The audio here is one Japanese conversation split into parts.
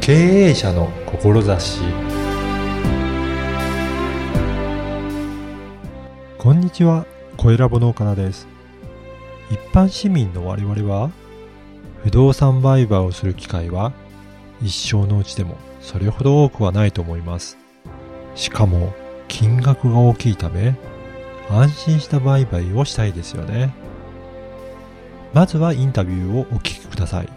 経営者の志。こんにちは、声ラボの岡田です。一般市民の我々は不動産売買をする機会は一生のうちでもそれほど多くはないと思います。しかも金額が大きいため安心した売買をしたいですよね。まずはインタビューをお聞きください。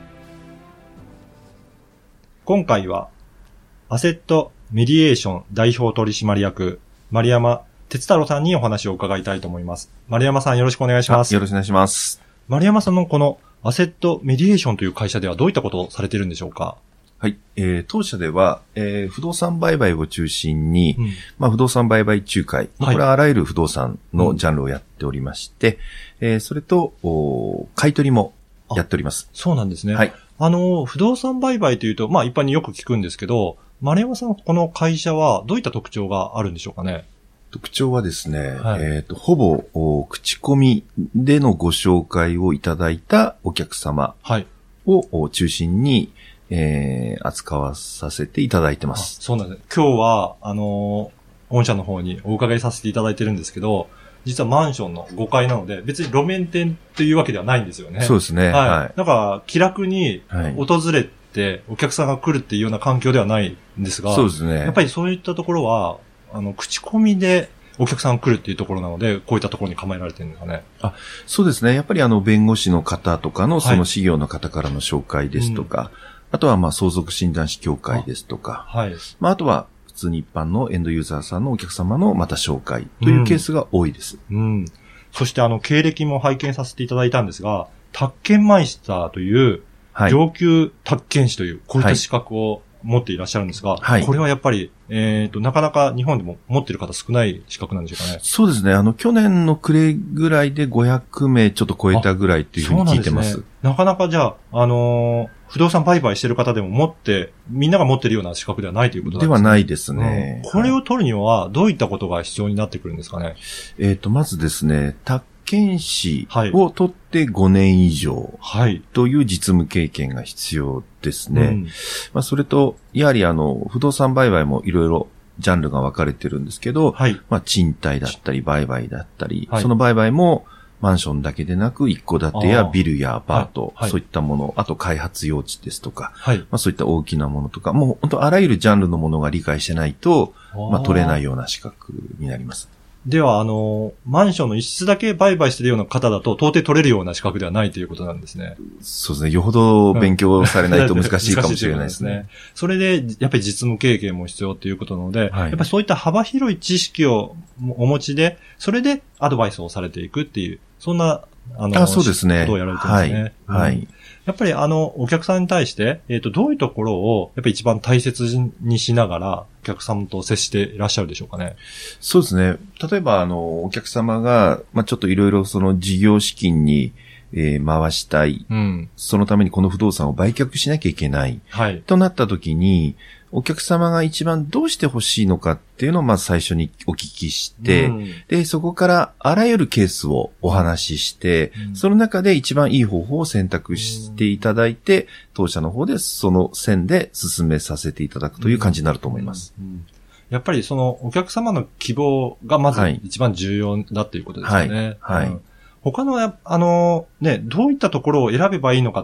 今回はアセットメディエーション代表取締役丸山哲太郎さんにお話を伺いたいと思います。丸山さん、よろしくお願いします。 よろしくお願いします。 丸山さんのこのアセットメディエーションという会社ではどういったことをされているんでしょうか？ はい。当社では、不動産売買を中心に、不動産売買仲介、これはあらゆる不動産のジャンルをやっておりまして、それと、買い取りもやっております。 そうなんですね。 はい。 不動産売買というと、一般によく聞くんですけど、丸山さん、この会社はどういった特徴があるんでしょうかね？ 特徴はですね、ほぼ、口コミでのご紹介をいただいたお客様を中心に、扱わさせていただいてます。 そうなんです。今日は、御社の方にお伺いさせていただいてるんですけど、実はマンションの5階なので、別に路面店というわけではないんですよね。 そうですね。 はい。だから、気楽に訪れて、お客さんが来るっていうような環境ではないんですが、 そうですね。 やっぱりそういったところは、口コミでお客さんが来るっていうところなので、こういったところに構えられてるんですかね。 そうですね。やっぱり弁護士の方とかのその事業の方からの紹介ですとか、あとは相続診断士協会ですとか、あとは普通に一般のエンドユーザーさんのお客様のまた紹介というケースが多いです。 そして経歴も拝見させていただいたんですが、宅建マイスターという上級宅建士というこういった資格を持っていらっしゃるんですが、これはやっぱりなかなか日本でも持っている方少ない資格なんでしょうかね。 そうですね。去年の暮れぐらいで500名ちょっと超えたぐらいっていうふうに聞いてます。 そうなんですね。なかなかじゃあ、不動産売買してる方でもみんなが持ってるような資格ではないということなんですね。 ではないですね。 これを取るにはどういったことが必要になってくるんですかね。 まずですね、宅建士を取って5年以上という実務経験が必要ですね。それと、やはり不動産売買もいろいろジャンルが分かれてるんですけど、賃貸だったり売買だったり、その売買もマンションだけでなく一戸建てやビルやアパート、そういったもの、あと開発用地ですとか、そういった大きなものとか、もう本当あらゆるジャンルのものが理解してないと、取れないような資格になります。 では、マンションの一室だけ売買してるような方だと、到底取れるような資格ではないということなんですね。 そうですね。よほど勉強されないと難しいかもしれないですね。 それで、やっぱり実務経験も必要ということなので、やっぱりそういった幅広い知識をお持ちで、それでアドバイスをされていくっていう、そんな、 そうですね。 ことをやられてるんですね。やっぱりお客さんに対して、どういうところを、やっぱり一番大切にしながら、お客様と接していらっしゃるでしょうかね。 そうですね。例えば、お客様が、ちょっといろいろその事業資金に、回したい。そのためにこの不動産を売却しなきゃいけない。となった時に、お客様が一番どうして欲しいのかっていうのをまず最初にお聞きして、で、そこからあらゆるケースをお話しして、その中で一番いい方法を選択していただいて、当社の方でその線で進めさせていただくという感じになると思います。 やっぱりそのお客様の希望がまず一番重要だっていうことですよね。他のどういったところを選べばいいのかって、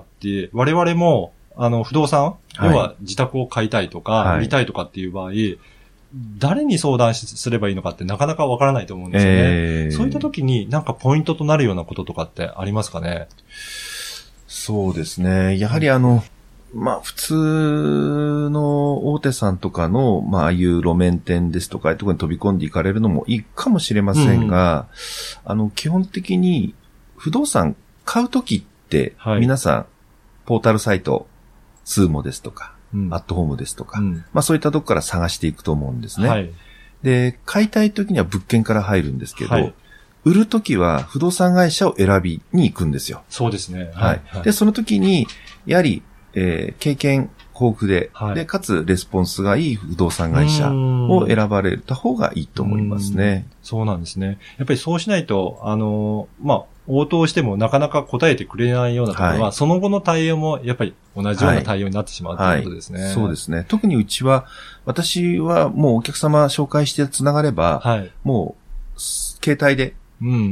我々も不動産、要は自宅を買いたいとか、売りたいとかっていう場合、誰に相談すればいいのかってなかなかわからないと思うんですよね。そういった時になんかポイントとなるようなこととかってありますかね？ そうですね。やはり普通の大手さんとかの、ああいう路面店ですとか、ああいうところに飛び込んでいかれるのもいいかもしれませんが、基本的に不動産買うときって、皆さん、ポータルサイト、スーモですとか、アットホームですとか、そういったとこから探していくと思うんですね。で、買いたいときには物件から入るんですけど、売るときは不動産会社を選びに行くんですよ。 そうですね。 で、そのときに、やはり、経験豊富で、で、かつレスポンスがいい不動産会社を選ばれた方がいいと思いますね。 そうなんですね。やっぱりそうしないと、 応答してもなかなか答えてくれないようなところは、その後の対応もやっぱり同じような対応になってしまうということですね。 そうですね。特にうちは、私はもうお客様紹介してつながれば、もう、携帯で、もう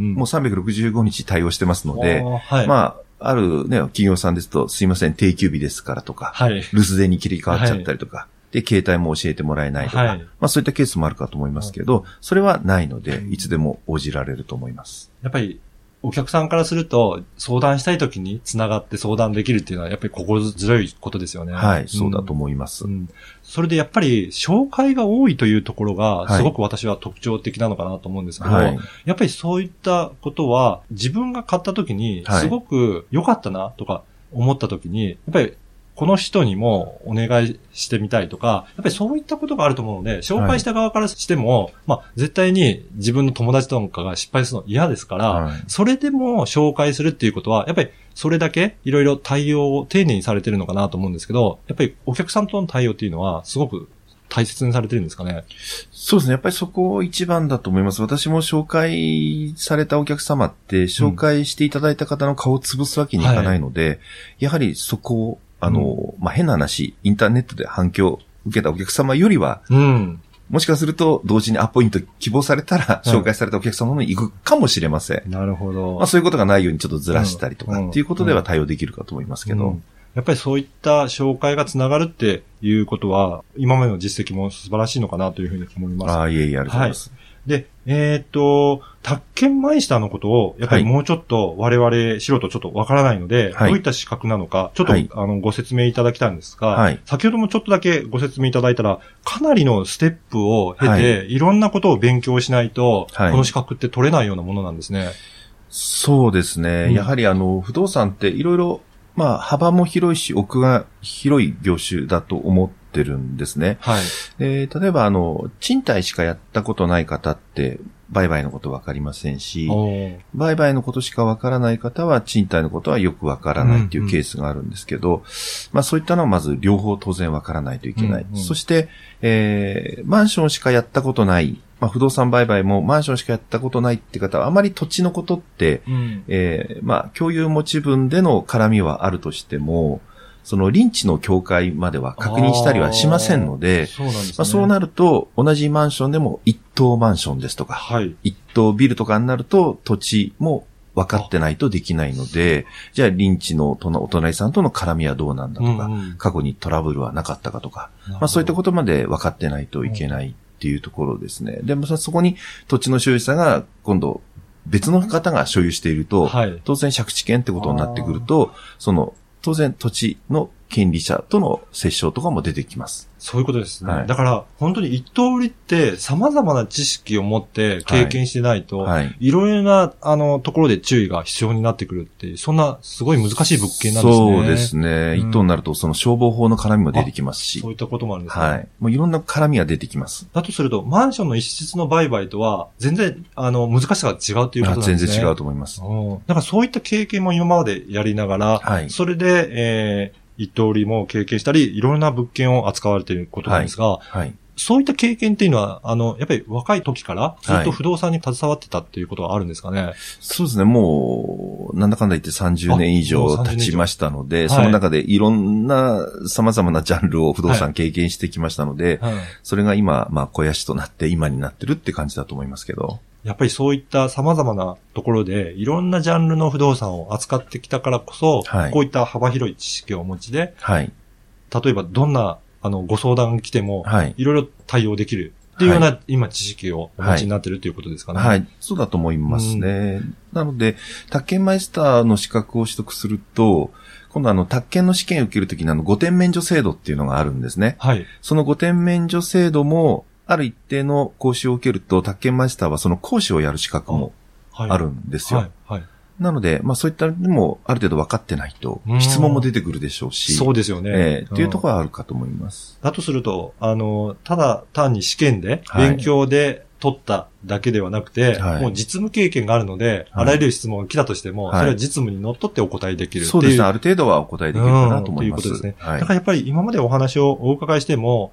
365日対応してますので、まあ、あるね、企業さんですと、すいません、定休日ですからとか、留守電に切り替わっちゃったりとか、で、携帯も教えてもらえないとか、まあそういったケースもあるかと思いますけど、それはないので、いつでも応じられると思います。 やっぱり、お客さんからすると、相談したい時に繋がって相談できるっていうのは、やっぱり心強いことですよね。 はい、そうだと思います。 それでやっぱり、紹介が多いというところが、すごく私は特徴的なのかなと思うんですけど、やっぱりそういったことは、自分が買った時に、すごく良かったなとか思った時に、やっぱり、この人にもお願いしてみたいとか、やっぱりそういったことがあると思うので、紹介した側からしても、まあ、絶対に自分の友達とかが失敗するの嫌ですから、それでも紹介するっていうことは、やっぱりそれだけいろいろ対応を丁寧にされてるのかなと思うんですけど、やっぱりお客さんとの対応っていうのは、すごく大切にされてるんですかね。 そうですね。やっぱりそこ一番だと思います。私も紹介されたお客様って、紹介していただいた方の顔を潰すわけにいかないので、やはりそこをまあ、変な話、インターネットで反響を受けたお客様よりは、もしかすると同時にアポイント希望されたら、紹介されたお客様のに行くかもしれません。 なるほど。 まあ、そういうことがないようにちょっとずらしたりとかっていうことでは対応できるかと思いますけど。 やっぱりそういった紹介がつながるっていうことは、今までの実績も素晴らしいのかなというふうに思います。 いえいえ、ありがとうございます。 で、宅建マイスターのことを、やっぱりもうちょっと我々素人ちょっとわからないので、どういった資格なのか、ちょっと、ご説明いただきたいんですが、先ほどもちょっとだけご説明いただいたら、かなりのステップを経て、いろんなことを勉強しないと、この資格って取れないようなものなんですね。 そうですね。やはり不動産っていろいろ、まあ、幅も広いし、奥が広い業種だと思ってるんですね。例えば、賃貸しかやったことない方って、売買のことわかりませんし、売買のことしかわからない方は、賃貸のことはよくわからないっていうケースがあるんですけど、まあ、そういったのはまず両方当然わからないといけない。そして、マンションしかやったことない、まあ、不動産売買もマンションしかやったことないって方は、あまり土地のことって、まあ、共有持ち分での絡みはあるとしても、その臨地の境界までは確認したりはしませんので、まあ、そうなると、同じマンションでも一棟マンションですとか、一棟ビルとかになると土地も分かってないとできないので、じゃあ臨地のお隣さんとの絡みはどうなんだとか、過去にトラブルはなかったかとか、まあ、そういったことまで分かってないといけないっていうところですね。でもそこに土地の所有者が今度別の方が所有していると、当然借地権ってことになってくると、当然土地の権利者との折衝とかも出てきます。 そういうことですね。だから、本当に一棟売りって様々な知識を持って経験してないと、いろいろな、ところで注意が必要になってくるっていう、そんなすごい難しい物件なんですね。 そうですね。一棟になると、その消防法の絡みも出てきますし。 そういったこともあるんですね。 もういろんな絡みが出てきます。 だとすると、マンションの一室の売買とは、全然、難しさが違うということなんですね。 全然違うと思います。 だからそういった経験も今までやりながら、それで、一棟売りも経験したり、いろんな物件を扱われていることなんですが、そういった経験っていうのは、やっぱり若い時からずっと不動産に携わってたっていうことはあるんですかね。 そうですね。もう、なんだかんだ言って30年以上経ちましたので、その中でいろんな様々なジャンルを不動産経験してきましたので、それが今、まあ、肥やしとなって今になってるって感じだと思いますけど。 やっぱりそういった様々なところで、いろんなジャンルの不動産を扱ってきたからこそ、こういった幅広い知識をお持ちで、例えばどんな、ご相談来ても、いろいろ対応できるっていうような、今知識をお持ちになっているということですかね。 そうだと思いますね。なので、宅建マイスターの資格を取得すると、今度宅建の試験を受けるときに5点免除制度っていうのがあるんですね。その5点免除制度も、ある一定の講習を受けると、宅建マイスターはその講師をやる資格もあるんですよ。なので、まあそういったのもある程度分かってないと、質問も出てくるでしょうし。 そうですよね。 っていうところはあるかと思います。 だとすると、ただ単に試験で、勉強で取っただけではなくて、もう実務経験があるので、あらゆる質問が来たとしても、それは実務にのっとってお答えできるっていう。 そうですね。ある程度はお答えできるかなと思います。 ということですね。だからやっぱり今までお話をお伺いしても、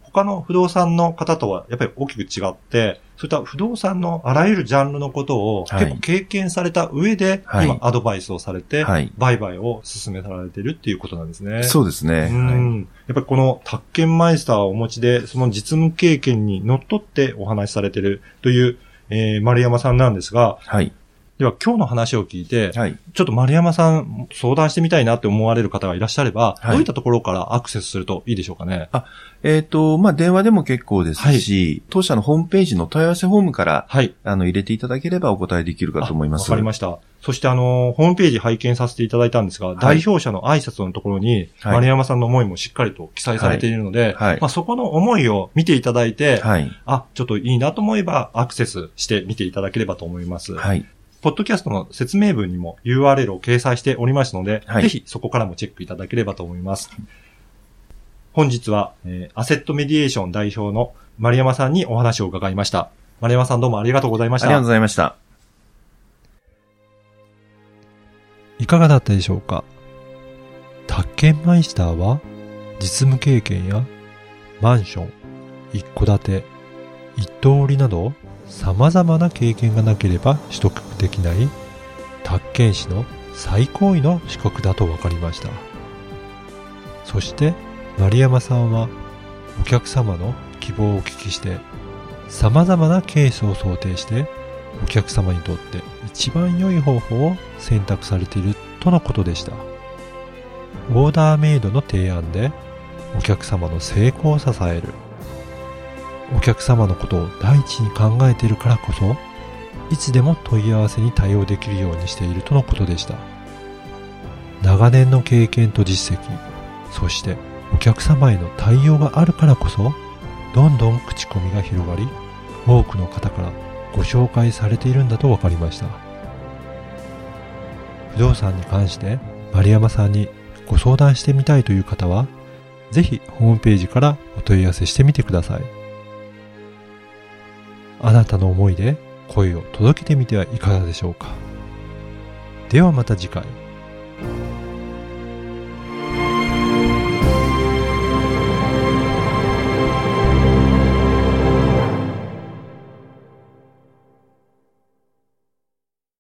他の不動産の方とはやっぱり大きく違って、そういった不動産のあらゆるジャンルのことを結構経験された上で、今アドバイスをされて、売買を進められているっていうことなんですね。 そうですね。 やっぱりこの宅建マイスターをお持ちで、その実務経験にのっとってお話しされているという、丸山さんなんですが、では今日の話を聞いて、ちょっと丸山さん相談してみたいなって思われる方がいらっしゃれば、どういったところからアクセスするといいでしょうかね。 電話でも結構ですし、当社のホームページの問い合わせフォームから、入れていただければお答えできるかと思います。 わかりました。そしてホームページ拝見させていただいたんですが、代表者の挨拶のところに、丸山さんの思いもしっかりと記載されているので、そこの思いを見ていただいて、ちょっといいなと思えばアクセスして見ていただければと思います。ポッドキャストの説明文にも URL を掲載しておりますので、ぜひそこからもチェックいただければと思います。本日は、アセットメディエーション代表の丸山さんにお話を伺いました。丸山さんどうもありがとうございました。 ありがとうございました。 いかがだったでしょうか。宅建マイスターは実務経験やマンション、一戸建て、一棟売りなど様々な経験がなければ取得できない宅建士の最高位の資格だと分かりました。そして丸山さんはお客様の希望をお聞きして様々なケースを想定してお客様にとって一番良い方法を選択されているとのことでした。オーダーメイドの提案でお客様の成功を支える。お客様のことを第一に考えているからこそ、いつでも問い合わせに対応できるようにしているとのことでした。長年の経験と実績、そしてお客様への対応があるからこそ、どんどん口コミが広がり、多くの方からご紹介されているんだと分かりました。不動産に関して丸山さんにご相談してみたいという方は、ぜひホームページからお問い合わせしてみてください。あなたの思いで声を届けてみてはいかがでしょうか。ではまた次回。